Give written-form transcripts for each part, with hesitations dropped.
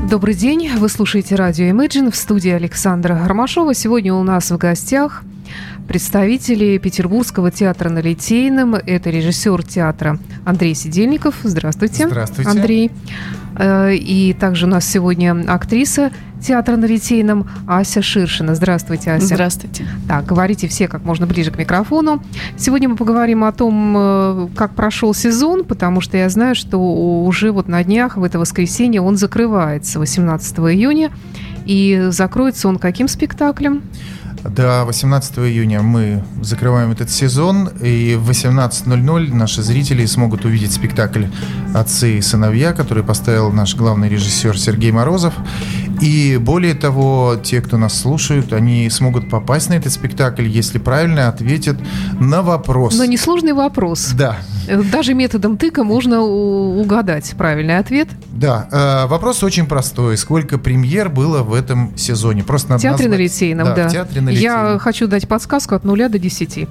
Добрый день, вы слушаете радио Imagine, в студии Александра Ромашова. Сегодня у нас в гостях представители Петербургского театра на Литейном. Это режиссер театра Андрей Сидельников. Здравствуйте. Здравствуйте. Андрей. И также у нас сегодня актриса театра на Литейном Ася Ширшина. Здравствуйте, Ася. Здравствуйте. Так, говорите все как можно ближе к микрофону. Сегодня мы поговорим о том, как прошел сезон, потому что я знаю, что уже вот на днях, в это воскресенье, он закрывается 18 июня. И закроется он каким спектаклем? До 18 июня мы закрываем этот сезон, и в 18:00 наши зрители смогут увидеть спектакль «Отцы и сыновья», который поставил наш главный режиссер Сергей Морозов. И более того, те, кто нас слушают, они смогут попасть на этот спектакль, если правильно ответят на вопрос. Но несложный вопрос. Да. Даже методом тыка можно угадать правильный ответ. Да. Вопрос очень простой. Сколько премьер было в этом сезоне? Просто надо в театре назвать. на Литейном, да. В театре на Литейном. Я хочу дать подсказку от 0 до 10.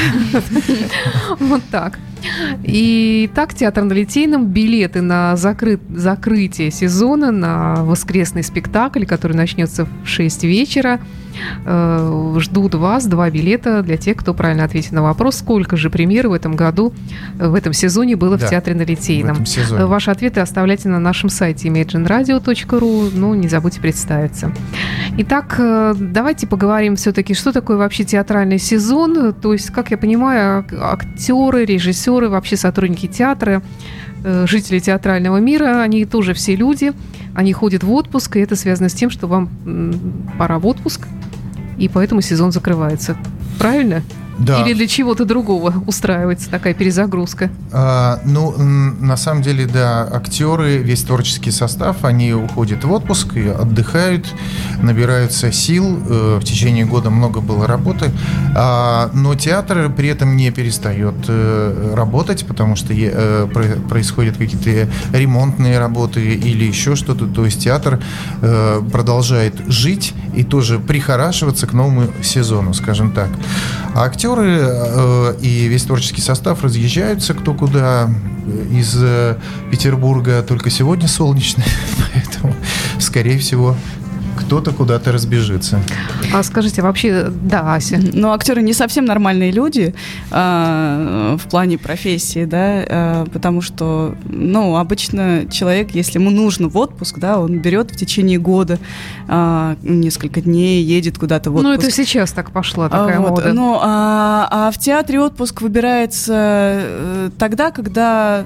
Вот так. И так, театр на Литейном, билеты на закрытие сезона, на воскресный спектакль, который начнется в 6 вечера. Ждут вас 2 билета для тех, кто правильно ответит на вопрос, сколько же премьер в этом году, в этом сезоне было в театре на Литейном. Ваши ответы оставляйте на нашем сайте imagineradio.ru. Ну, не забудьте представиться. Итак, давайте поговорим все-таки, что такое вообще театральный сезон. То есть, как я понимаю, актеры, режиссеры, вообще сотрудники театра, жители театрального мира, они тоже все люди, они ходят в отпуск, и это связано с тем, что вам пора в отпуск, и поэтому сезон закрывается. Правильно? Да. Или для чего-то другого устраивается такая перезагрузка? На самом деле, да, актеры, весь творческий состав, они уходят в отпуск и отдыхают, набираются сил. В течение года много было работы, но театр при этом не перестает работать, потому что происходят какие-то ремонтные работы или еще что-то. То есть театр продолжает жить и тоже прихорашиваться к новому сезону, скажем так. А актеры и весь творческий состав разъезжаются кто куда. Из Петербурга только сегодня солнечно, поэтому, скорее всего, кто-то куда-то разбежится. А скажите, вообще, да, Ася? Но актеры не совсем нормальные люди в плане профессии, да, потому что, обычно человек, если ему нужно в отпуск, да, он берет в течение года несколько дней, едет куда-то в отпуск. Это сейчас так пошла такая мода. А в театре отпуск выбирается тогда, когда,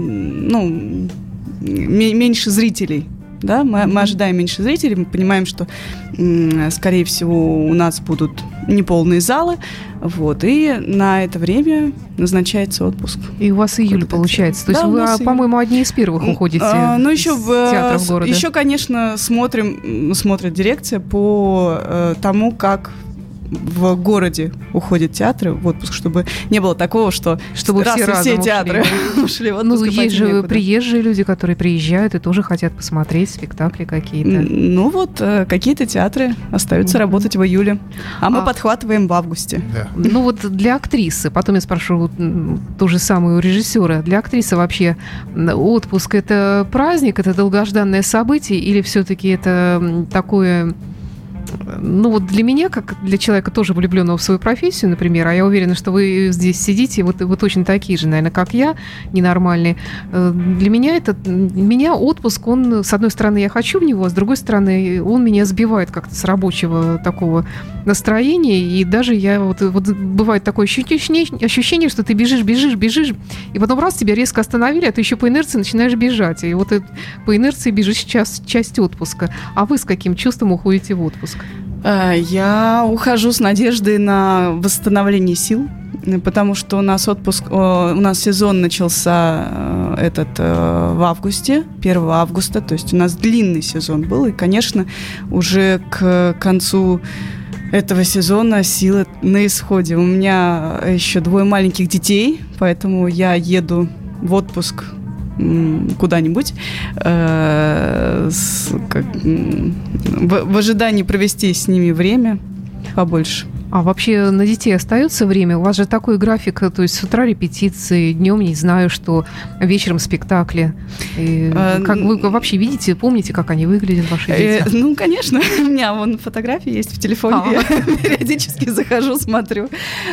меньше зрителей. Да, мы ожидаем меньше зрителей, мы понимаем, что, скорее всего, у нас будут неполные залы, и на это время назначается отпуск. И у вас июль получается. То есть вы, по-моему, одни из первых уходите из театра в города. Еще, конечно, смотрит дирекция по тому, как в городе уходят театры в отпуск, чтобы не было такого, чтобы все театры ушли в отпуск. Есть же приезжие люди, которые приезжают и тоже хотят посмотреть спектакли какие-то. Какие-то театры остаются работать в июле, а мы подхватываем в августе. Да. Для актрисы, потом я спрошу то же самое у режиссера, для актрисы вообще отпуск — это праздник, это долгожданное событие, или все-таки это такое... для меня, как для человека, тоже влюбленного в свою профессию, например, а я уверена, что вы здесь сидите, вы точно такие же, наверное, как я, ненормальные. Для меня отпуск, он, с одной стороны, я хочу в него, а с другой стороны, он меня сбивает как-то с рабочего такого настроения, и даже бывает такое ощущение, что ты бежишь, и потом раз тебя резко остановили, а ты еще по инерции начинаешь бежать, и по инерции бежишь часть отпуска. А вы с каким чувством уходите в отпуск? Я ухожу с надеждой на восстановление сил, потому что у нас сезон начался в августе, 1 августа, то есть у нас длинный сезон был, и, конечно, уже к концу этого сезона силы на исходе. У меня еще 2 маленьких детей, поэтому я еду в отпуск куда-нибудь в ожидании провести с ними время побольше. А вообще на детей остается время? У вас же такой график, то есть с утра репетиции, днем не знаю, что вечером спектакли. Как вы вообще видите, помните, как они выглядят, ваши дети? Ну, конечно, у меня вон фотографии есть в телефоне, я периодически захожу, смотрю.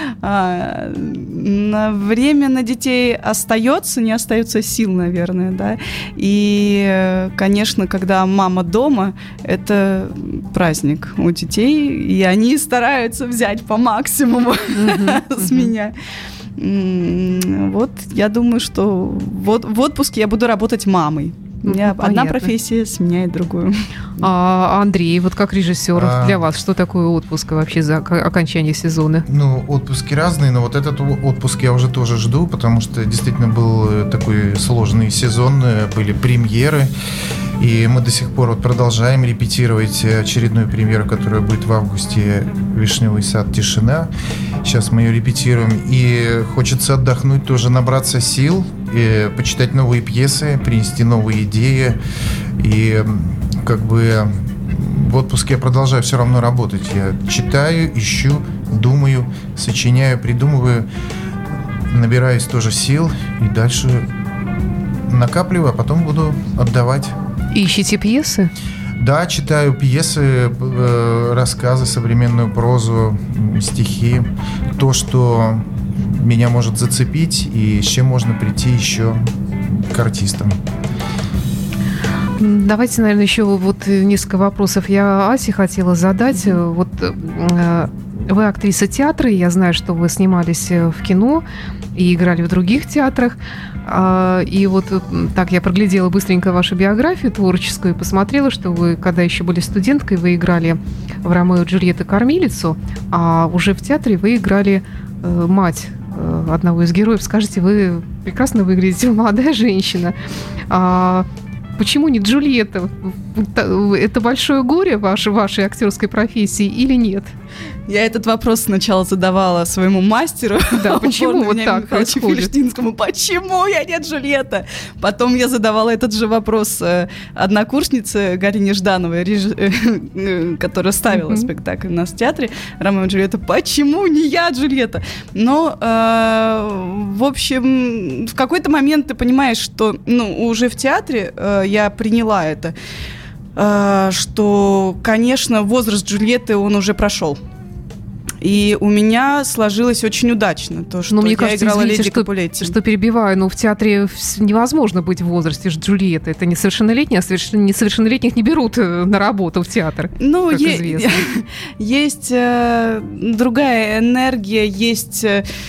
Время на детей остается, не остается сил, наверное, да. И, конечно, когда мама дома, это праздник у детей, и они стараются взять по максимуму с меня. Вот, я думаю, что в отпуске я буду работать мамой. У меня одна профессия сменяет другую. А Андрей, вот как режиссер, для вас что такое отпуск вообще за окончание сезона? Ну, отпуски разные, но вот этот отпуск я уже тоже жду, потому что действительно был такой сложный сезон, были премьеры, и мы до сих пор вот продолжаем репетировать очередную премьеру, которая будет в августе, «Вишневый сад. Тишина». Сейчас мы ее репетируем, и хочется отдохнуть, тоже набраться сил, и почитать новые пьесы, принести новые идеи, и как бы в отпуске я продолжаю все равно работать. Я читаю, ищу, думаю, сочиняю, придумываю, набираюсь тоже сил и дальше накапливаю, а потом буду отдавать. Ищите пьесы? Да, читаю пьесы, рассказы, современную прозу, стихи. То, что меня может зацепить и с чем можно прийти еще к артистам. Давайте, наверное, еще вот несколько вопросов я Асе хотела задать. Вот вы актриса театра, я знаю, что вы снимались в кино и играли в других театрах. И вот так я проглядела быстренько вашу биографию творческую и посмотрела, что вы, когда еще были студенткой, вы играли в «Ромео и Джульетта» кормилицу, а уже в театре вы играли мать одного из героев. Скажите, вы прекрасно выглядите, молодая женщина. Почему не Джульетта? Это большое горе вашей актерской профессии или нет? Я этот вопрос сначала задавала своему мастеру. Да, почему вот так происходит? Почему я не Джульетта? Потом я задавала этот же вопрос однокурснице Галине Ждановой, которая ставила спектакль у нас в театре «Ромео и Джульетта». Почему не я Джульетта? Но, в общем, в какой-то момент ты понимаешь, что уже в театре я приняла это, что, конечно, возраст Джульетты, он уже прошел. И у меня сложилось очень удачно то, что мне я кажется, играла извините, леди Капулетти. что перебиваю, но в театре невозможно быть в возрасте Джульетты. Это несовершеннолетние, а несовершеннолетних не берут на работу в театр, как известно. Есть другая энергия, есть...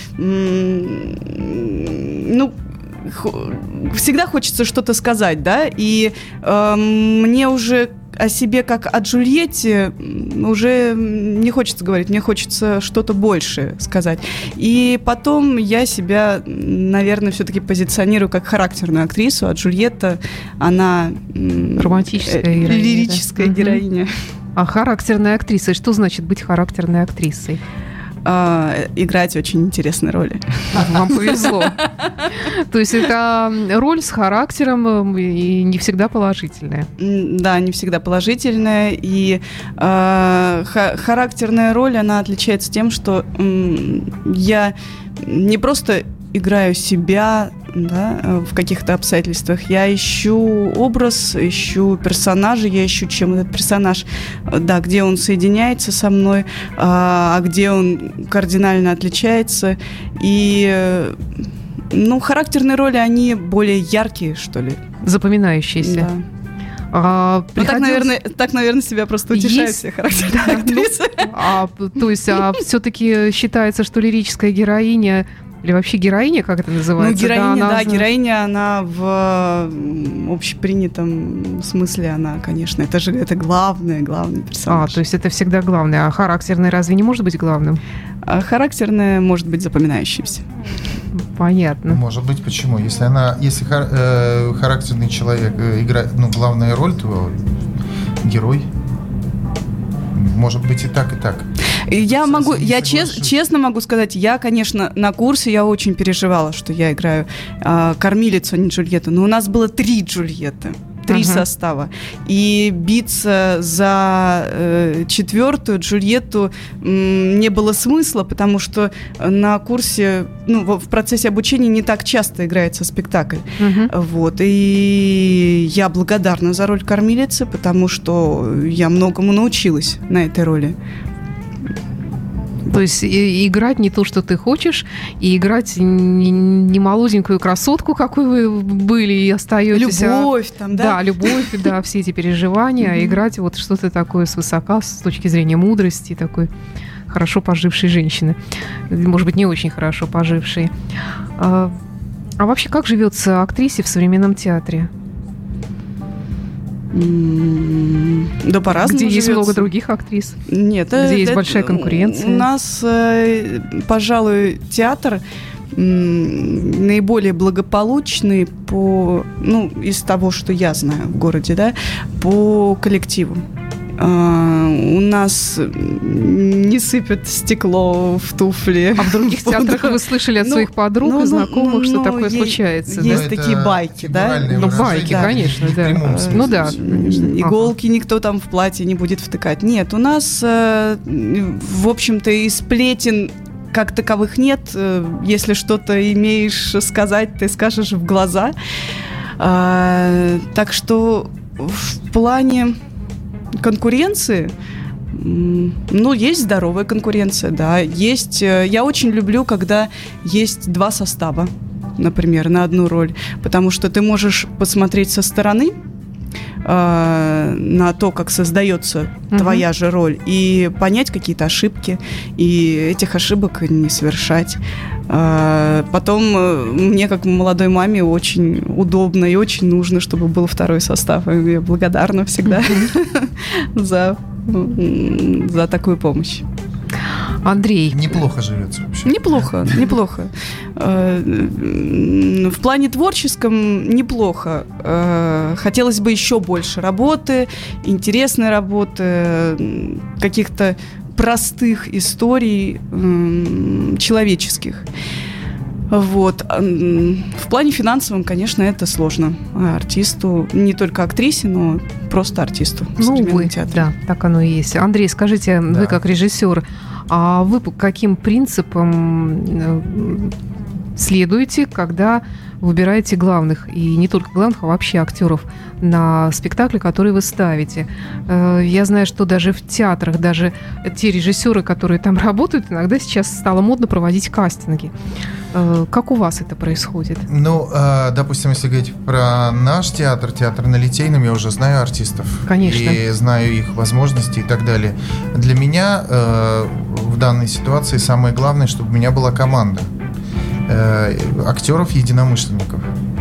всегда хочется что-то сказать, да, и мне уже о себе как о Джульетте уже не хочется говорить, мне хочется что-то большее сказать. И потом я себя, наверное, все-таки позиционирую как характерную актрису, а Джульетта, она романтическая героиня, лирическая героиня. А характерная актриса, что значит быть характерной актрисой? Играть очень интересные роли. Вам повезло. То есть это роль с характером и не всегда положительная. Да, не всегда положительная. И характерная роль, она отличается тем, что я не просто играю себя, да, в каких-то обстоятельствах. Я ищу образ, ищу персонажа, я ищу, чем этот персонаж, да, где он соединяется со мной, а где он кардинально отличается. И, характерные роли, они более яркие, что ли. Запоминающиеся. Да. Так, наверное, себя просто утешают все характерные актрисы. То есть все-таки считается, что лирическая героиня или вообще героиня, как это называется? Героиня, она в общепринятом смысле, она, конечно, это главный персонаж. То есть это всегда главное. А характерное разве не может быть главным? Характерное может быть запоминающимся. Понятно. Может быть, почему? Если характерный человек играет, главную роль, то герой. Может быть и так, и так. Я честно могу сказать, я, конечно, на курсе я очень переживала, что я играю кормилицу, а не Джульетту. Но у нас было 3 Джульетты. 3 состава. И биться за 4-ю Джульетту не было смысла, потому что на курсе, в процессе обучения не так часто играется спектакль. Вот. И я благодарна за роль кормилицы, потому что я многому научилась на этой роли. То есть играть не то, что ты хочешь, и играть не молоденькую красотку, какой вы были и остаетесь. Любовь там, да? Да, любовь, да, все эти переживания, а играть вот что-то такое свысока, с точки зрения мудрости, такой хорошо пожившей женщины. Может быть, не очень хорошо пожившей. А вообще, как живется актрисе в современном театре? Да, по-разному. Где есть живется. много других актрис? Нет. Где есть большая конкуренция? У нас, пожалуй, театр наиболее благополучный из того, что я знаю в городе, да, по коллективу. У нас не сыпят стекло в туфли. А в других театрах вы слышали от своих подруг и знакомых, что такое случается? Есть такие байки, да? Байки, конечно, да. Да. Иголки никто там в платье не будет втыкать. Нет, у нас, в общем-то, и сплетен как таковых нет. Если что-то имеешь сказать, ты скажешь в глаза. Так что в плане конкуренции, есть здоровая конкуренция, да. Я очень люблю, когда есть 2 состава, например, на одну роль, потому что ты можешь посмотреть со стороны на то, как создается твоя же роль, и понять какие-то ошибки, и этих ошибок не совершать. Потом мне, как молодой маме, очень удобно и очень нужно, чтобы был 2-й состав. И я благодарна всегда за такую помощь. Андрей. Неплохо живется вообще. Неплохо. В плане творческом неплохо. Хотелось бы еще больше работы, интересной работы, каких-то простых историй человеческих. Вот. В плане финансовом, конечно, это сложно. Артисту, не только актрисе, но просто артисту в современном театре. Да, так оно и есть. Андрей, скажите, вы как режиссер, а вы по каким принципам следуете, когда выбираете главных, и не только главных, а вообще актеров на спектакле, который вы ставите? Я знаю, что даже в театрах, даже те режиссеры, которые там работают, иногда сейчас стало модно проводить кастинги. Как у вас это происходит? Допустим, если говорить про наш театр на Литейном, я уже знаю артистов. Конечно. И знаю их возможности и так далее. Для меня в данной ситуации самое главное, чтобы у меня была команда актеров-единомышленников.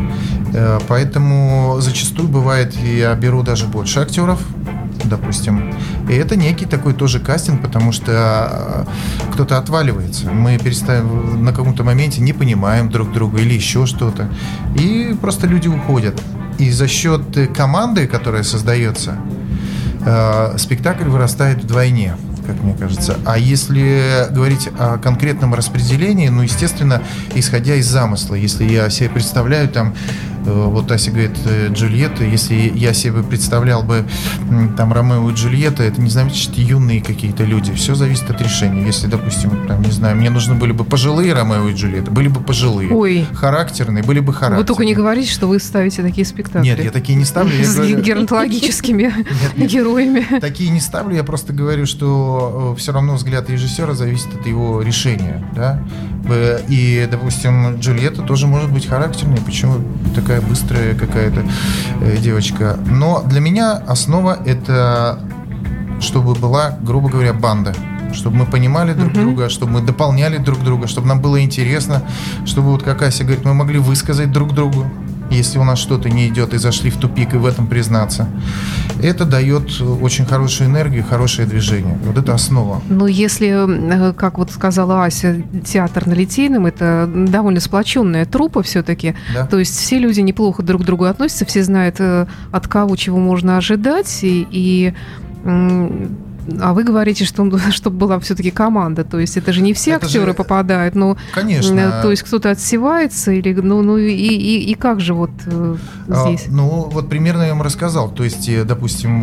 Поэтому зачастую бывает, я беру даже больше актеров, допустим. И это некий такой тоже кастинг, потому что кто-то отваливается. Мы перестаем на каком-то моменте не понимаем друг друга или еще что-то. И просто люди уходят. И за счет команды, которая создается, спектакль вырастает вдвойне, как мне кажется. А если говорить о конкретном распределении, естественно, исходя из замысла. Если я себе представляю там, вот Ася говорит, Джульетта, если я себе представлял бы там Ромео и Джульетта, это не значит юные какие-то люди. Все зависит от решения. Если, допустим, там, не знаю, мне нужны были бы пожилые Ромео и Джульетта, были бы пожилые. Ой. Характерные, были бы характерные. Вы только не говорите, что вы ставите такие спектакли. Нет, я такие не ставлю. С геронтологическими героями. Такие не ставлю, я просто говорю, что все равно взгляд режиссера зависит от его решения, да. И, допустим, Джульетта тоже может быть характерной, почему такая быстрая какая-то девочка. Но для меня основа — это чтобы была, грубо говоря, банда. Чтобы мы понимали друг друга, чтобы мы дополняли друг друга, чтобы нам было интересно, чтобы, вот как Ася говорит, мы могли высказать друг другу, если у нас что-то не идет, и зашли в тупик, и в этом признаться. Это дает очень хорошую энергию, хорошее движение. Вот это основа. Если, как вот сказала Ася, театр на Литейном, это довольно сплоченная труппа все-таки. Да. То есть все люди неплохо друг к другу относятся, все знают, от кого чего можно ожидать, и А вы говорите, что чтобы была все-таки команда, то есть это же не все актеры попадают, но, конечно. То есть кто-то отсевается или, и как же вот здесь? Ну, вот примерно я вам рассказал, то есть, допустим,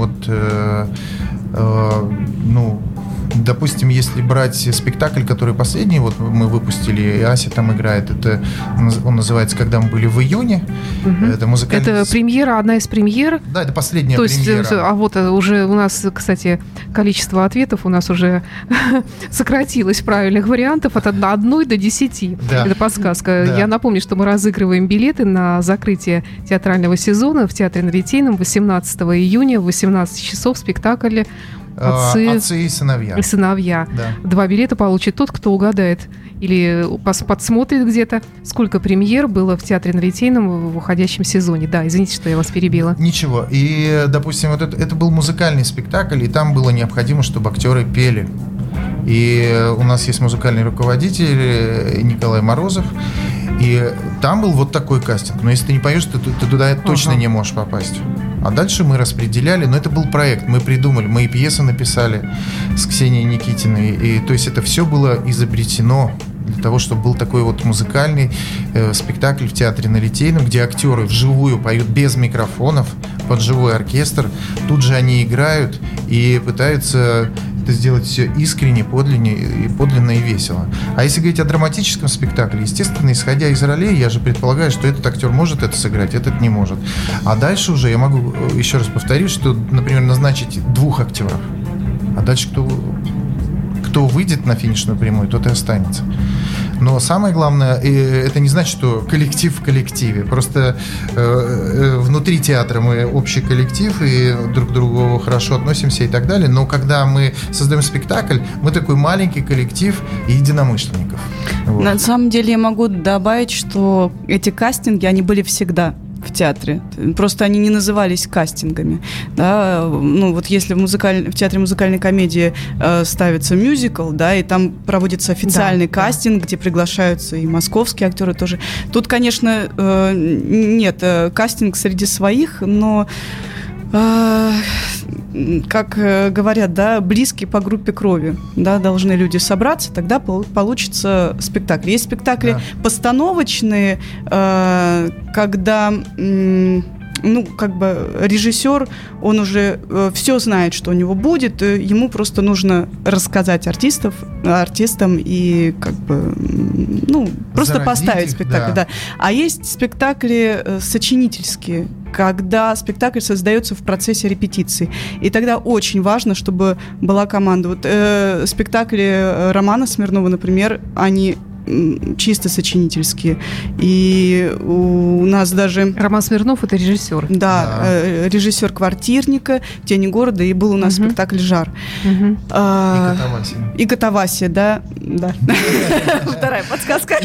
допустим, если брать спектакль, который последний, вот мы выпустили, и Ася там играет, он называется «Когда мы были в июне». Это музыкальный... Это премьера, одна из премьер? Да, это последняя премьера. А вот уже у нас, кстати, количество ответов у нас уже сократилось правильных вариантов от 1 до 10. Да. Это подсказка. Да. Я напомню, что мы разыгрываем билеты на закрытие театрального сезона в Театре на Литейном 18 июня в 18 часов спектакль «Отцы и сыновья». И сыновья. Да. 2 билета получит тот, кто угадает или подсмотрит где-то, сколько премьер было в Театре на Литейном в уходящем сезоне. Да, извините, что я вас перебила. Ничего. И, допустим, вот это был музыкальный спектакль, и там было необходимо, чтобы актеры пели. И у нас есть музыкальный руководитель Николай Морозов. И там был вот такой кастинг. Но если ты не поешь, ты туда точно не можешь попасть. А дальше мы распределяли, но это был проект, мы придумали, мы и пьесы написали с Ксенией Никитиной, и то есть это все было изобретено для того, чтобы был такой вот музыкальный спектакль в Театре на Литейном, где актеры вживую поют без микрофонов, под живой оркестр, тут же они играют и пытаются это сделать все искренне, подлинно и весело. А если говорить о драматическом спектакле, естественно, исходя из ролей, я же предполагаю, что этот актер может это сыграть, этот не может. А дальше уже я могу еще раз повторить, что, например, назначить 2 актеров, а дальше кто выйдет на финишную прямую, тот и останется. Но самое главное, это не значит, что коллектив в коллективе. Просто внутри театра мы общий коллектив и друг к другу хорошо относимся и так далее. Но когда мы создаем спектакль, мы такой маленький коллектив единомышленников. Вот. На самом деле я могу добавить, что эти кастинги, они были всегда в театре. Просто они не назывались кастингами. Да? Ну, вот если в театре музыкальной комедии ставится мюзикл, да, и там проводится официальный кастинг, где приглашаются и московские актеры тоже. Тут, конечно, нет кастинг среди своих, но как говорят, да, близкие по группе крови, да, должны люди собраться, тогда получится спектакль. Есть спектакли постановочные, когда режиссер, он уже все знает, что у него будет, ему просто нужно рассказать артистам и просто заразить поставить их, спектакль. Да. А есть спектакли сочинительские, когда спектакль создается в процессе репетиции. И тогда очень важно, чтобы была команда. Вот спектакли Романа Смирнова, например, они чисто сочинительские. И у нас даже... Роман Смирнов — это режиссер. Да. Режиссер «Квартирника», «Тени города», и был у нас спектакль «Жар». И «Катавасия», да. Вторая подсказка.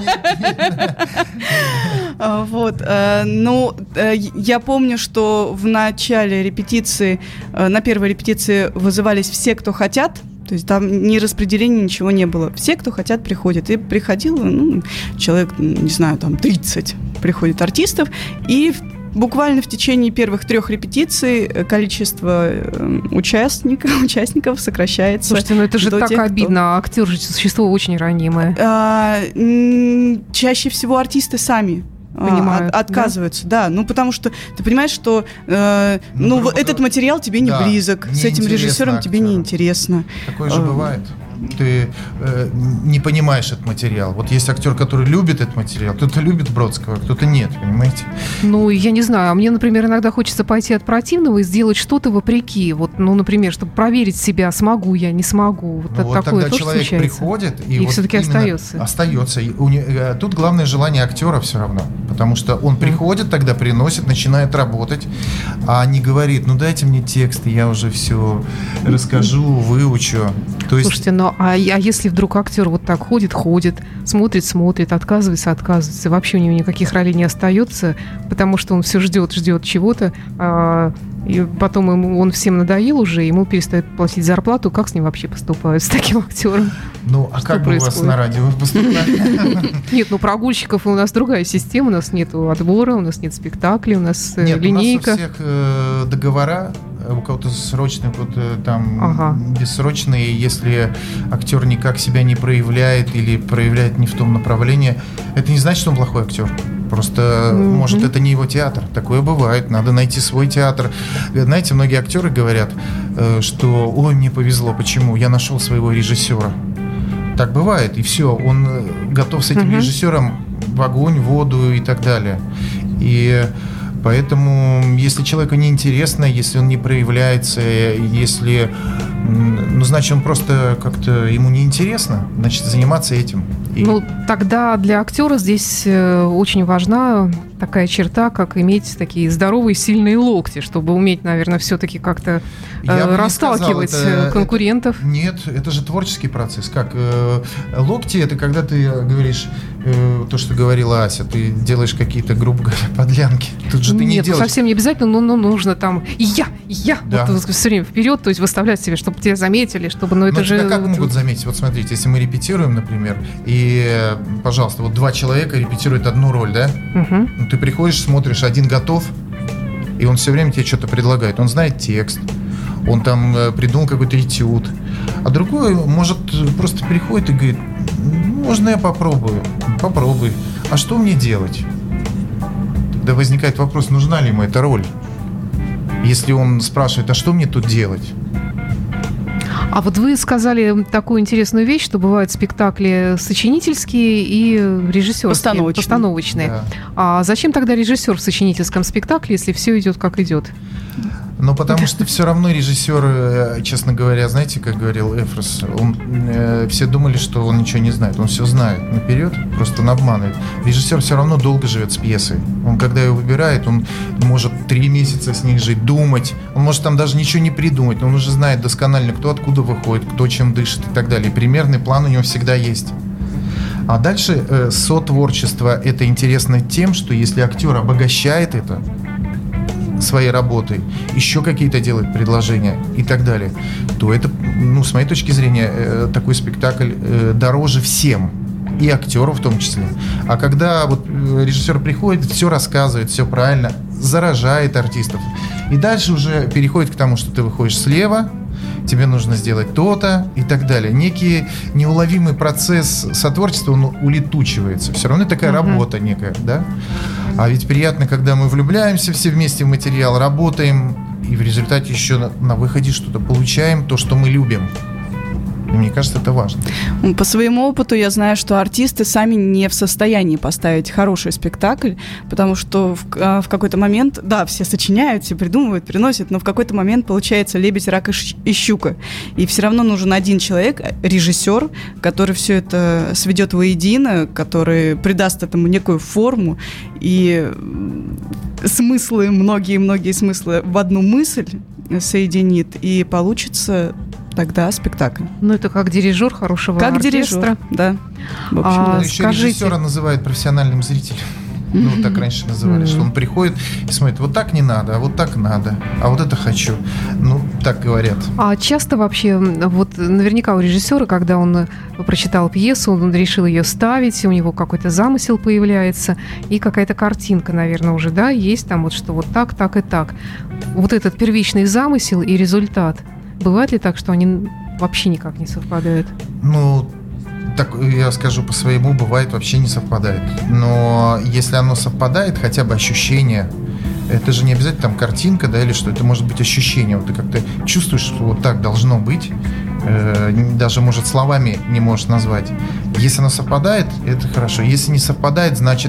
Вот. Я помню, что в начале репетиции, на первой репетиции вызывались все, кто хотят. То есть там ни распределения, ничего не было. Все, кто хотят, приходят. И приходило, человек, не знаю, там 30 приходит артистов, и буквально в течение первых 3 репетиций количество участников сокращается. Слушайте, это же так обидно. Актер же существо очень ранимое. Чаще всего артисты сами отказываются, да? Потому что ты понимаешь, что этот материал тебе не близок, с этим режиссером тебе не интересно. Такое же бывает. Ты не понимаешь этот материал. Вот есть актер, который любит этот материал, кто-то любит Бродского, кто-то нет, понимаете? Я не знаю. А мне, например, иногда хочется пойти от противного и сделать что-то вопреки. Вот, например, чтобы проверить себя, смогу я, не смогу. Вот такое тогда тоже человек случается. Приходит и все-таки остается. Остается. Тут главное желание актера все равно. Потому что он приходит, тогда приносит, начинает работать, а не говорит, дайте мне текст, я уже все расскажу, выучу. То есть... Слушайте, а если вдруг актер вот так ходит, смотрит, отказывается, вообще у него никаких ролей не остается, потому что он все ждет чего-то, и потом он всем надоел уже, ему перестают платить зарплату, как с ним вообще поступают, с таким актером? Как бы у вас на радио поступали? Нет, прогульщиков у нас другая система, у нас нет отбора, у нас нет спектаклей, у нас линейка. У нас у всех договора у кого-то срочный, у кого-то там бессрочный. Если актер никак себя не проявляет или проявляет не в том направлении, это не значит, что он плохой актер. Просто, может, это не его театр. Такое бывает. Надо найти свой театр. Знаете, многие актеры говорят, что «Ой, мне повезло». Почему? Я нашел своего режиссера. Так бывает. И все. Он готов с этим режиссером в огонь, в воду и так далее. И поэтому, если человеку неинтересно, если он не проявляется, если... Ну, значит, он просто как-то ему неинтересно, значит, заниматься этим. Ну, тогда для актера здесь очень важна такая черта, как иметь такие здоровые, сильные локти, чтобы уметь, наверное, все-таки как-то расталкивать конкурентов. Нет, это же творческий процесс. Как локти, это когда ты говоришь то, что говорила Ася, ты делаешь какие-то, грубо говоря, подлянки. Тут же ты не делаешь. Нет, совсем не обязательно, но нужно там я, да. Вот все время вперед, то есть выставлять себе, чтобы тебя заметили, чтобы, это же... Тебя как могут заметить? Вот смотрите, если мы репетируем, например, и, пожалуйста, вот 2 человека репетируют одну роль, да? Ну, ты приходишь, смотришь, один готов, и он все время тебе что-то предлагает. Он знает текст, он там придумал какой-то этюд. А другой, может, просто приходит и говорит: можно я попробую? Попробуй. А что мне делать? Тогда возникает вопрос, нужна ли ему эта роль? Если он спрашивает, а что мне тут делать? А вот вы сказали такую интересную вещь, что бывают спектакли сочинительские и режиссерские, постановочные. Да. А зачем тогда режиссер в сочинительском спектакле, если все идет как идет? Ну, потому что все равно режиссер, честно говоря, знаете, как говорил Эфрос, все думали, что он ничего не знает. Он все знает наперед, просто он обманывает. Режиссер все равно долго живет с пьесой. Он, когда ее выбирает, он может 3 месяца с ней жить, думать. Он может там даже ничего не придумать, но он уже знает досконально, кто откуда выходит, кто чем дышит и так далее. И примерный план у него всегда есть. А дальше сотворчество – это интересно тем, что если актер обогащает это своей работой, еще какие-то делает предложения и так далее, то это, с моей точки зрения, такой спектакль дороже всем, и актеру в том числе. А когда вот режиссер приходит, все рассказывает, все правильно, заражает артистов, и дальше уже переходит к тому, что ты выходишь слева, тебе нужно сделать то-то и так далее. Некий неуловимый процесс сотворчества, он улетучивается. Все равно такая работа некая, да? А ведь приятно, когда мы влюбляемся все вместе в материал, работаем, и в результате еще на выходе что-то получаем, то, что мы любим. И мне кажется, это важно. По своему опыту я знаю, что артисты сами не в состоянии поставить хороший спектакль, потому что в какой-то момент, да, все сочиняют, все придумывают, приносят, но в какой-то момент получается лебедь, рак и щука. И все равно нужен один человек, режиссер, который все это сведет воедино, который придаст этому некую форму и смыслы, многие смыслы в одну мысль соединит, и получится тогда спектакль. Ну, это как дирижер хорошего оркестра. Дирижер, да. В общем, еще режиссера называют профессиональным зрителем. Ну, вот так раньше называли, что он приходит и смотрит, вот так не надо, а вот так надо, а вот это хочу. Ну, так говорят. А часто вообще, вот наверняка у режиссера, когда он прочитал пьесу, он решил ее ставить, у него какой-то замысел появляется, и какая-то картинка, наверное, уже, да, есть там вот, что вот так, так и так. Вот этот первичный замысел и результат. Бывает ли так, что они вообще никак не совпадают? Ну, так я скажу по своему, бывает, вообще не совпадает. Но если оно совпадает, хотя бы ощущение, это же не обязательно там картинка, да, или что, это может быть ощущение. Вот ты как-то чувствуешь, что вот так должно быть, даже, может, словами не можешь назвать. Если оно совпадает, это хорошо. Если не совпадает, значит,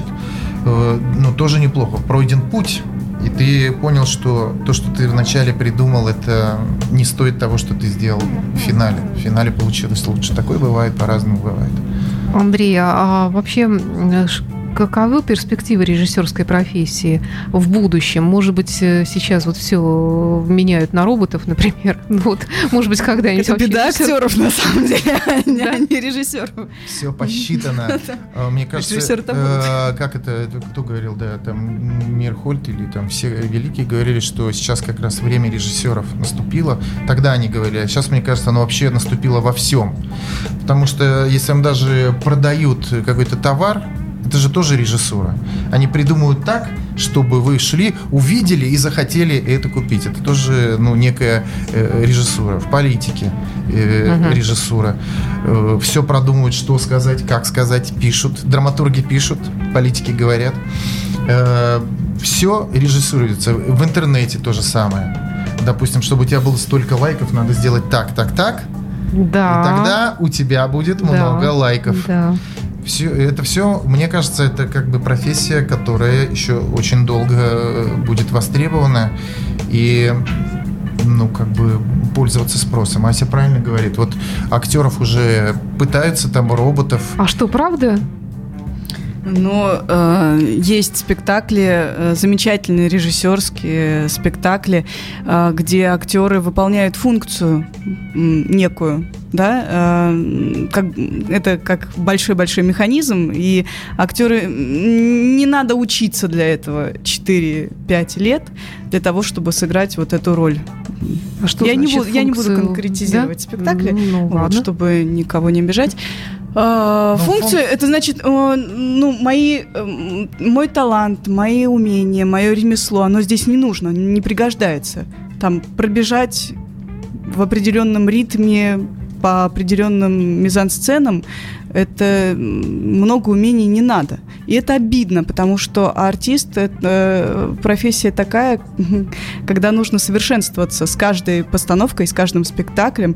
тоже неплохо. Пройден путь, и ты понял, что то, что ты вначале придумал, это не стоит того, что ты сделал в финале. В финале получилось лучше. Такое бывает, по-разному бывает. Андрей, а вообще каковы перспективы режиссерской профессии в будущем? Может быть, сейчас вот все меняют на роботов, например. Вот, может быть, когда-нибудь... Это беда актеров, на самом деле, а не режиссеров. Все посчитано. Мне кажется, как это, кто говорил, да, там Мирхольд или там все великие говорили, что сейчас как раз время режиссеров наступило. Тогда они говорили, а сейчас, мне кажется, оно вообще наступило во всем. Потому что если им даже продают какой-то товар, Это же тоже режиссура. Они придумывают так, чтобы вы шли, увидели и захотели это купить. Это тоже, некая режиссура. В политике режиссура. Все продумывают, что сказать, как сказать, пишут. Драматурги пишут, политики говорят. Все режиссируется. В интернете то же самое. Допустим, чтобы у тебя было столько лайков, надо сделать так. Да. И тогда у тебя будет много лайков. Да. Это все, мне кажется, это как бы профессия, которая еще очень долго будет востребована и, пользоваться спросом. Ася правильно говорит. Вот актеров уже пытаются, там роботов. А что, правда? Есть спектакли, замечательные режиссерские спектакли, где актеры выполняют функцию некую, да, это как большой-большой механизм, и актеры, не надо учиться для этого 4-5 лет для того, чтобы сыграть вот эту роль. А что я значит не буду конкретизировать спектакли, чтобы никого не обижать. Функция, это значит, мой талант, мои умения, мое ремесло, оно здесь не нужно, не пригождается. Там пробежать в определенном ритме, по определенным мизансценам, это много умений не надо. И это обидно, потому что артист – это профессия такая, когда нужно совершенствоваться с каждой постановкой, с каждым спектаклем.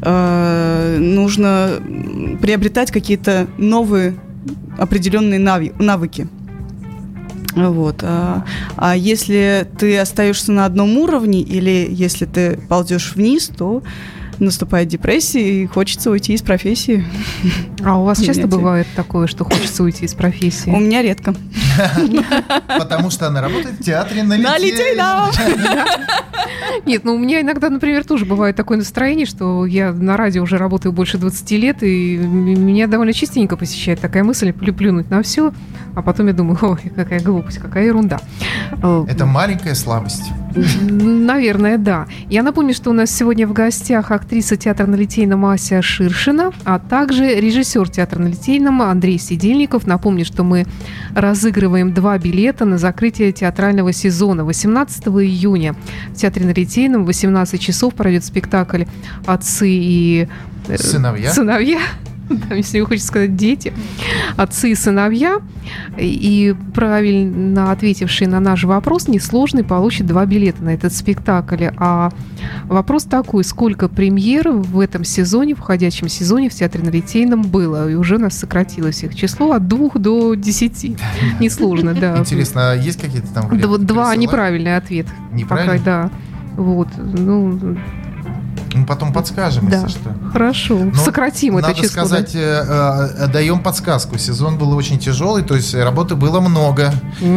Нужно приобретать какие-то новые определенные навыки. Вот. А если ты остаешься на одном уровне или если ты ползешь вниз, то наступает депрессия и хочется уйти из профессии. А у вас часто бывает такое, что хочется уйти из профессии? У меня редко. Потому что она работает в театре на Литейном. Нет, у меня иногда, например, тоже бывает такое настроение, что я на радио уже работаю больше 20 лет, и меня довольно частенько посещает такая мысль плюнуть на все, а потом я думаю, ой, какая глупость, какая ерунда. Это маленькая слабость. Наверное, да. Я напомню, что у нас сегодня в гостях актриса театра-на-литейном Ася Ширшина, а также режиссер театра-на-литейном Андрей Сидельников. Напомню, что мы разыгрываем 2 билета на закрытие театрального сезона. 18 июня в театре-на-литейном в 18 часов пройдет спектакль «Отцы и сыновья». Да, если хочется сказать дети, отцы и сыновья. И правильно ответивший на наш вопрос, несложный, получит 2 билета на этот спектакль. А вопрос такой: сколько премьер в этом сезоне, в входящем сезоне в театре-на-литейном было? И уже у нас сократилось их число от 2 до 10. Несложно, да. Интересно, а есть какие-то там... 2 неправильный ответ. Неправильный? Да. Вот, Мы потом подскажем, если что. Хорошо. Сократим это число. Надо сказать, даем подсказку. Сезон был очень тяжелый, то есть работы было много.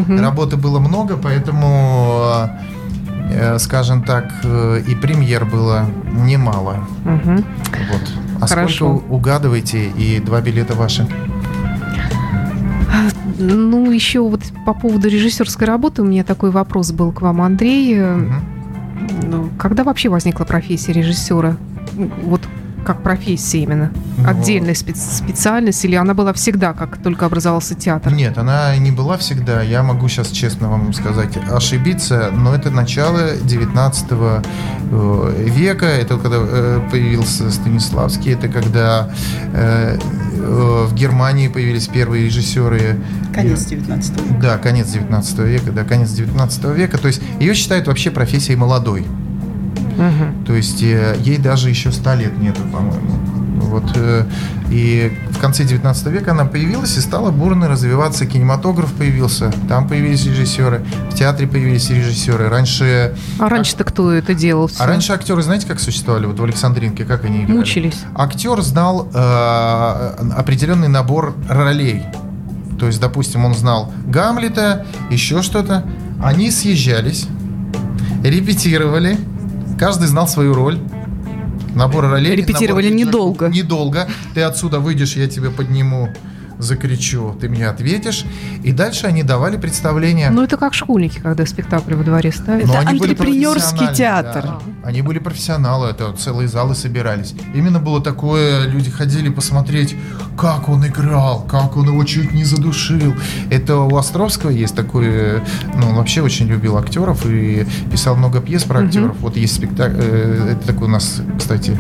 Поэтому, скажем так, и премьер было немало. Вот. А хорошо. Сколько угадываете, и 2 билета ваши? Еще вот по поводу режиссерской работы у меня такой вопрос был к вам, Андрей. Когда вообще возникла профессия режиссера? Вот как профессия именно? Отдельная специальность? Или она была всегда, как только образовался театр? Нет, она не была всегда. Я могу сейчас честно вам сказать, ошибиться, но это начало 19 века. Это когда появился Станиславский. Это когда в Германии появились первые режиссеры. Конец 19 века. Да, конец 19 века. Да, конец 19 века. То есть ее считают вообще профессией молодой. То есть ей даже еще 100 лет нету, по-моему. Вот, и в конце 19 века она появилась и стала бурно развиваться. Кинематограф появился, там появились режиссеры, в театре появились режиссеры. Раньше... А раньше-то кто это делал? А раньше актеры, знаете, как существовали? Вот в Александринке, как они играли? Мучились. Актер знал определенный набор ролей. То есть, допустим, он знал Гамлета, еще что-то. Они съезжались, репетировали, каждый знал свою роль. Набор ролей. Репетировали недолго. Недолго. Ты отсюда выйдешь, я тебя подниму закричу, ты мне ответишь. И дальше они давали представление. Ну, это как школьники, когда спектакль во дворе ставят. Это антрепренерский театр. Да. Они были профессионалы, это целые залы собирались. Именно было такое, люди ходили посмотреть, как он играл, как он его чуть не задушил. Это у Островского есть такой, ну, он вообще очень любил актеров и писал много пьес про актеров. Вот есть спектакль, это такой у нас, кстати,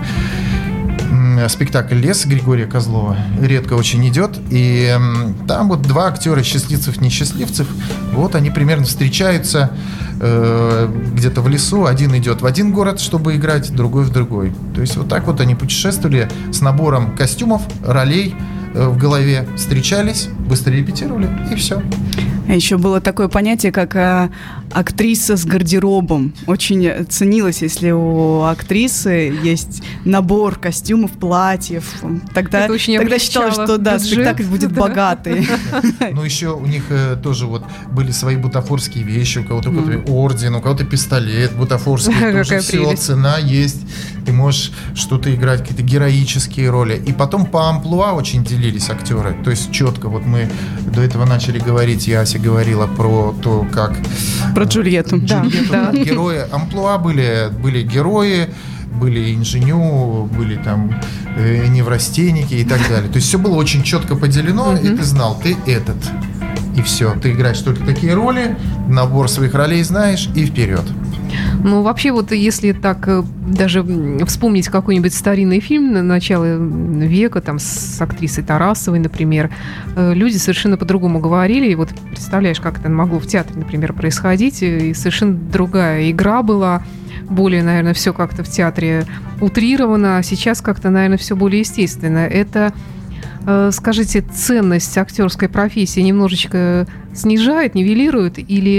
спектакль «Лес» Григория Козлова, редко очень идет, и там вот два актера, счастливцев-несчастливцев, вот они примерно встречаются где-то в лесу, один идет в один город, чтобы играть, другой в другой. То есть вот так вот они путешествовали с набором костюмов, ролей в голове, встречались, быстро репетировали, и все. Еще было такое понятие, как актриса с гардеробом. Очень ценилось, если у актрисы есть набор костюмов, платьев. Тогда считалось, что да, спектакль будет богатый. Ну, еще у них тоже вот были свои бутафорские вещи. У кого-то орден, у кого-то пистолет бутафорский. Тоже все, цена есть. Ты можешь что-то играть, какие-то героические роли. И потом по амплуа очень делились актеры. То есть четко, вот мы до этого начали говорить, Ася говорила про то, как... Про Джульетту. Да. Герои амплуа были герои, были инженю, были там неврастенники и так далее. То есть все было очень четко поделено, и ты знал, ты этот. И все, ты играешь только такие роли, набор своих ролей знаешь, и вперед. Ну, вообще, вот если так даже вспомнить какой-нибудь старинный фильм на начало века, там, с актрисой Тарасовой, например, люди совершенно по-другому говорили, и вот представляешь, как это могло в театре, например, происходить, и совершенно другая игра была, более, наверное, все как-то в театре утрировано, а сейчас как-то, наверное, все более естественно. Это, скажите, ценность актерской профессии немножечко снижает, нивелирует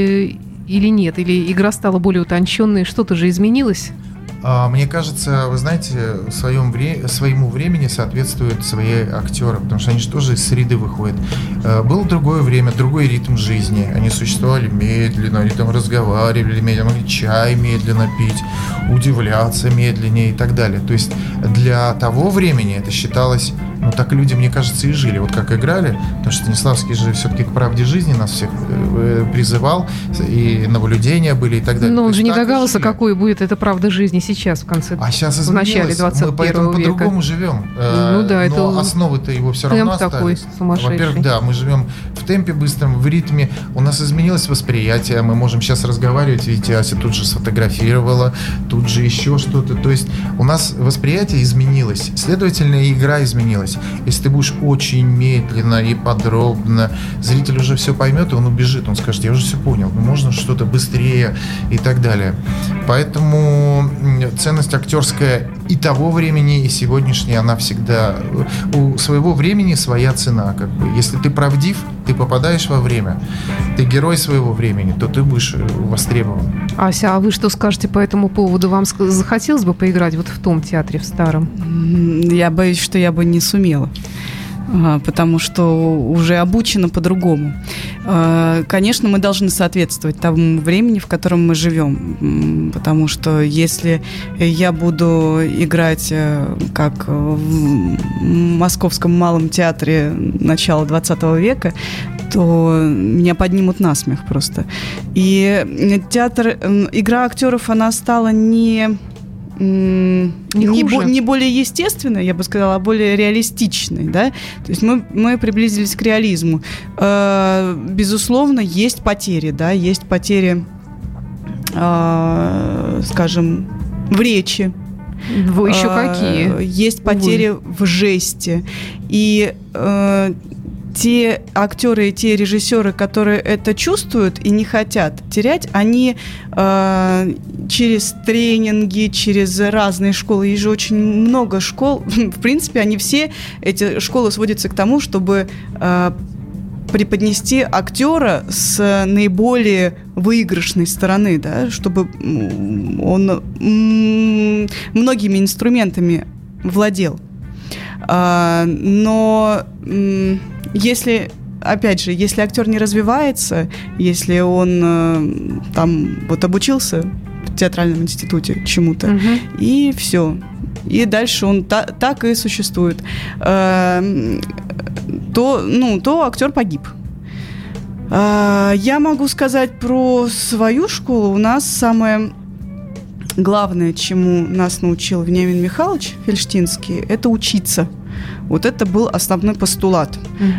или нет? Или игра стала более утонченной? Что-то же изменилось? Мне кажется, вы знаете, своему времени соответствуют свои актеры, потому что они же тоже из среды выходят. Было другое время, другой ритм жизни. Они существовали медленно, они там разговаривали медленно, могли чай медленно пить, удивляться медленнее и так далее. То есть для того времени это считалось... Ну, так люди, мне кажется, и жили, вот как играли, потому что Станиславский же все-таки к правде жизни нас всех призывал, и наблюдения были и так далее. Но он же не догадался, какой будет эта правда жизни сейчас, в начале 21 века. Мы поэтому по-другому живем. Ну да, это... Но основы-то его все равно остались. Такой сумасшедший. Во-первых, да, мы живем в темпе быстром, в ритме, у нас изменилось восприятие, мы можем сейчас разговаривать, видите, Ася тут же сфотографировала, тут же еще что-то, то есть у нас восприятие изменилось, следовательно, и игра изменилась. Если ты будешь очень медленно и подробно, зритель уже все поймет, и он убежит, он скажет, я уже все понял, ну можно что-то быстрее и так далее. Поэтому ценность актерская и того времени, и сегодняшней, она всегда... У своего времени своя цена, как бы. Если ты правдив, ты попадаешь во время. Ты герой своего времени, то ты будешь востребован. Ася, а вы что скажете по этому поводу? Вам захотелось бы поиграть вот в том театре, в старом? Я боюсь, что я бы не сумела. Потому что уже обучена по-другому. Конечно, мы должны соответствовать тому времени, в котором мы живем. Потому что если я буду играть, как в Московском малом театре начала 20 века, то меня поднимут насмех просто. И игра актеров, она стала не более естественной, я бы сказала, а более реалистичной, да? То есть мы приблизились к реализму. Безусловно, есть потери, да, есть потери, скажем, в речи. Еще какие? Есть потери в жесте. И те актеры и те режиссеры, которые это чувствуют и не хотят терять, они через тренинги, через разные школы, есть же очень много школ, в принципе, они все, эти школы сводятся к тому, чтобы преподнести актера с наиболее выигрышной стороны, да, чтобы он многими инструментами владел. Но если, опять же, если актер не развивается, если он там вот обучился в театральном институте чему-то, и все, и дальше он так и существует, то актер погиб. Я могу сказать про свою школу. У нас самое главное, чему нас научил Вениамин Михайлович Фельштинский, это учиться. Вот это был основной постулат.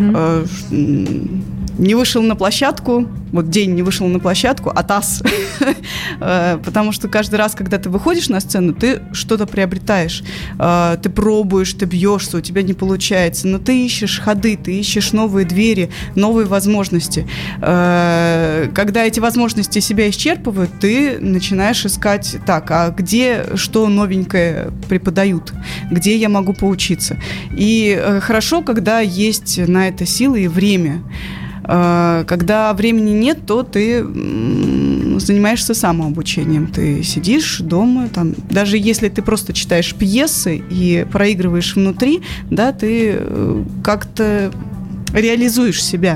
Не вышел на площадку, вот день не вышел на площадку, а таз. Потому что каждый раз, когда ты выходишь на сцену, ты что-то приобретаешь. Ты пробуешь, ты бьешься, у тебя не получается. Но ты ищешь ходы, ты ищешь новые двери, новые возможности. Когда эти возможности себя исчерпывают, ты начинаешь искать, так, а где что новенькое преподают? Где я могу поучиться? И хорошо, когда есть на это силы и время. Когда времени нет, то ты занимаешься самообучением. Ты сидишь дома, там, даже если ты просто читаешь пьесы и проигрываешь внутри, да, ты как-то реализуешь себя.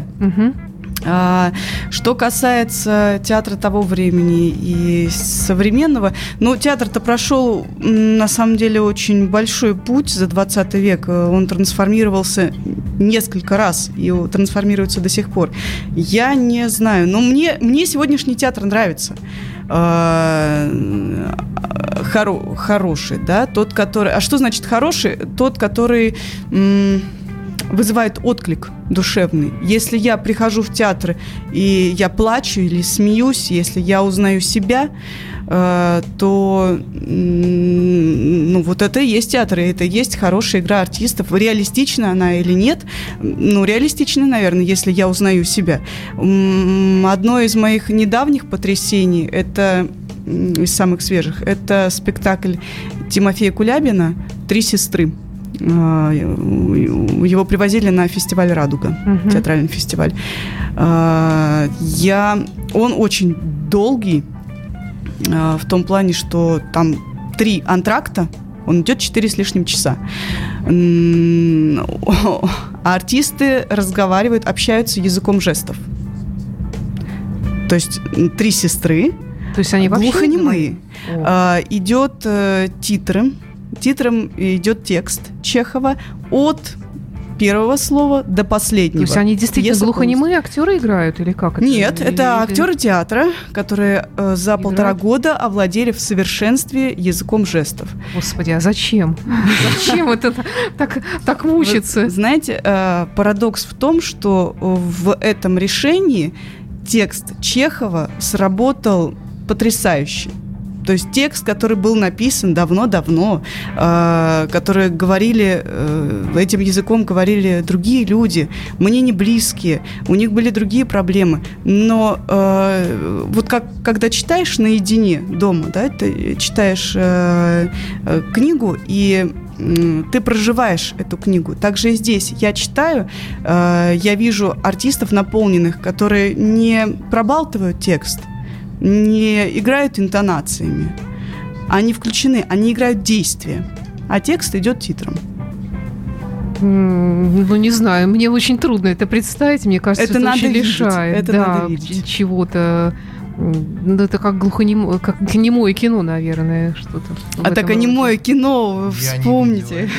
Что касается театра того времени и современного, театр-то прошел, на самом деле, очень большой путь за 20 век. Он трансформировался несколько раз и трансформируется до сих пор. Я не знаю, но мне сегодняшний театр нравится. Хороший, да, тот, который... А что значит хороший? Тот, который... вызывает отклик душевный. Если я прихожу в театр и я плачу или смеюсь, если я узнаю себя, то вот это и есть театр, и это и есть хорошая игра артистов. Реалистична она или нет? Реалистична, наверное, если я узнаю себя. Одно из моих недавних потрясений, это из самых свежих, это спектакль Тимофея Кулябина «Три сестры». Его привозили на фестиваль «Радуга», театральный фестиваль. Он очень долгий, в том плане, что там 3 антракта, он идет 4 с лишним часа. А артисты разговаривают, общаются языком жестов. То есть 3 сестры, то есть они глухонемые. Идет титром идет текст Чехова от первого слова до последнего. То есть они действительно глухонемые актеры играют или как? Нет, это актеры театра, которые за 1,5 года овладели в совершенстве языком жестов. Господи, а зачем? Зачем это так мучиться? Вы знаете, парадокс в том, что в этом решении текст Чехова сработал потрясающе. То есть текст, который был написан давно-давно, который говорили, этим языком говорили другие люди, мне не близкие, у них были другие проблемы. Но вот когда читаешь наедине дома, да, ты читаешь книгу, и ты проживаешь эту книгу. Также и здесь я читаю, я вижу артистов наполненных, которые не пробалтывают текст, не играют интонациями, они включены, они играют действия, а текст идет титром. Не знаю, мне очень трудно это представить, мне кажется, это очень лишает надо видеть. Чего-то. Это как глухонемое, как немое кино, наверное, что-то. А так немое кино, вспомните.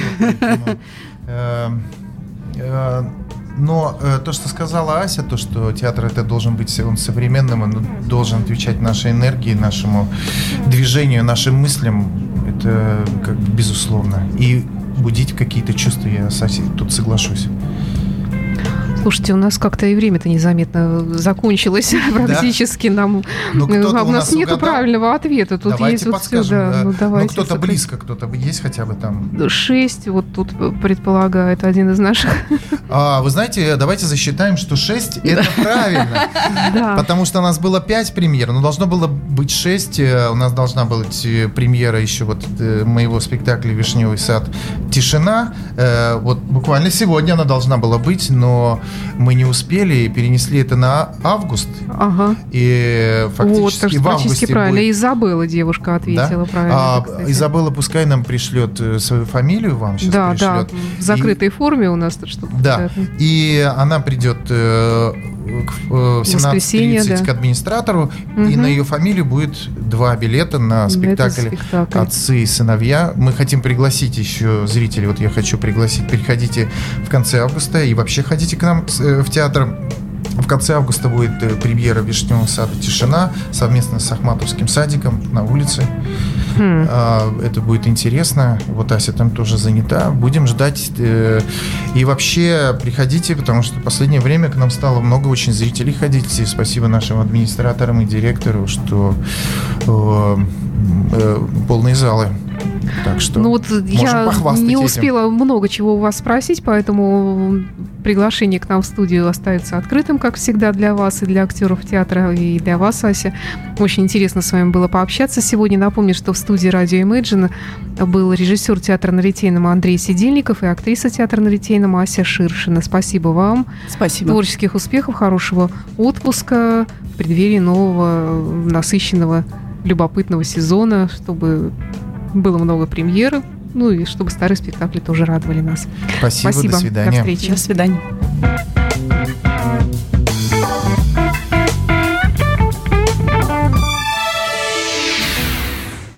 Но то, что сказала Ася, то, что театр это должен быть он современным, он должен отвечать нашей энергии, нашему движению, нашим мыслям, это как бы безусловно. И будить какие-то чувства, я с Асей тут соглашусь. Слушайте, у нас как-то и время-то незаметно закончилось практически. Да? У нас нет правильного ответа. Тут давайте есть подскажем. Кто-то близко, кто-то есть хотя бы там. 6, вот тут предполагает один из наших. Вы знаете, давайте засчитаем, что 6 это правильно. Потому что у нас было 5 премьер, но должно было быть 6. У нас должна быть премьера еще вот моего спектакля «Вишневый сад. Тишина». Вот буквально сегодня она должна была быть, но мы не успели и перенесли это на август. Ага. И фактически вот, в августе правильно. будет... Изабелла девушка ответила, да? Правильно. Изабелла пускай нам пришлет свою фамилию, вам сейчас пришлет. Да, в закрытой форме у нас тут что-то. Да, и она придет в 17:30 к администратору, и на ее фамилию будет 2 билета на спектакль «Отцы и сыновья». Мы хотим пригласить еще зрителей, вот я хочу пригласить, приходите в конце августа и вообще ходите к нам в театр. В конце августа будет премьера «Вишневого сада. Тишина» совместно с Ахматовским садиком на улице. Это будет интересно. Вот Ася там тоже занята. Будем ждать. И вообще приходите, потому что в последнее время к нам стало много очень зрителей ходить. И спасибо нашим администраторам и директору, что полные залы. Так что ну вот я не успела много чего у вас спросить, поэтому приглашение к нам в студию остается открытым, как всегда, для вас и для актеров театра, и для вас, Ася. Очень интересно с вами было пообщаться сегодня. Напомню, что в студии радио Imagine был режиссер театра на Литейном Андрей Сидельников и актриса театра на Литейном Ася Ширшина. Спасибо вам. Спасибо. Творческих успехов, хорошего отпуска в преддверии нового, насыщенного, любопытного сезона, чтобы было много премьер, ну и чтобы старые спектакли тоже радовали нас. Спасибо. До свидания. До встречи. До свидания.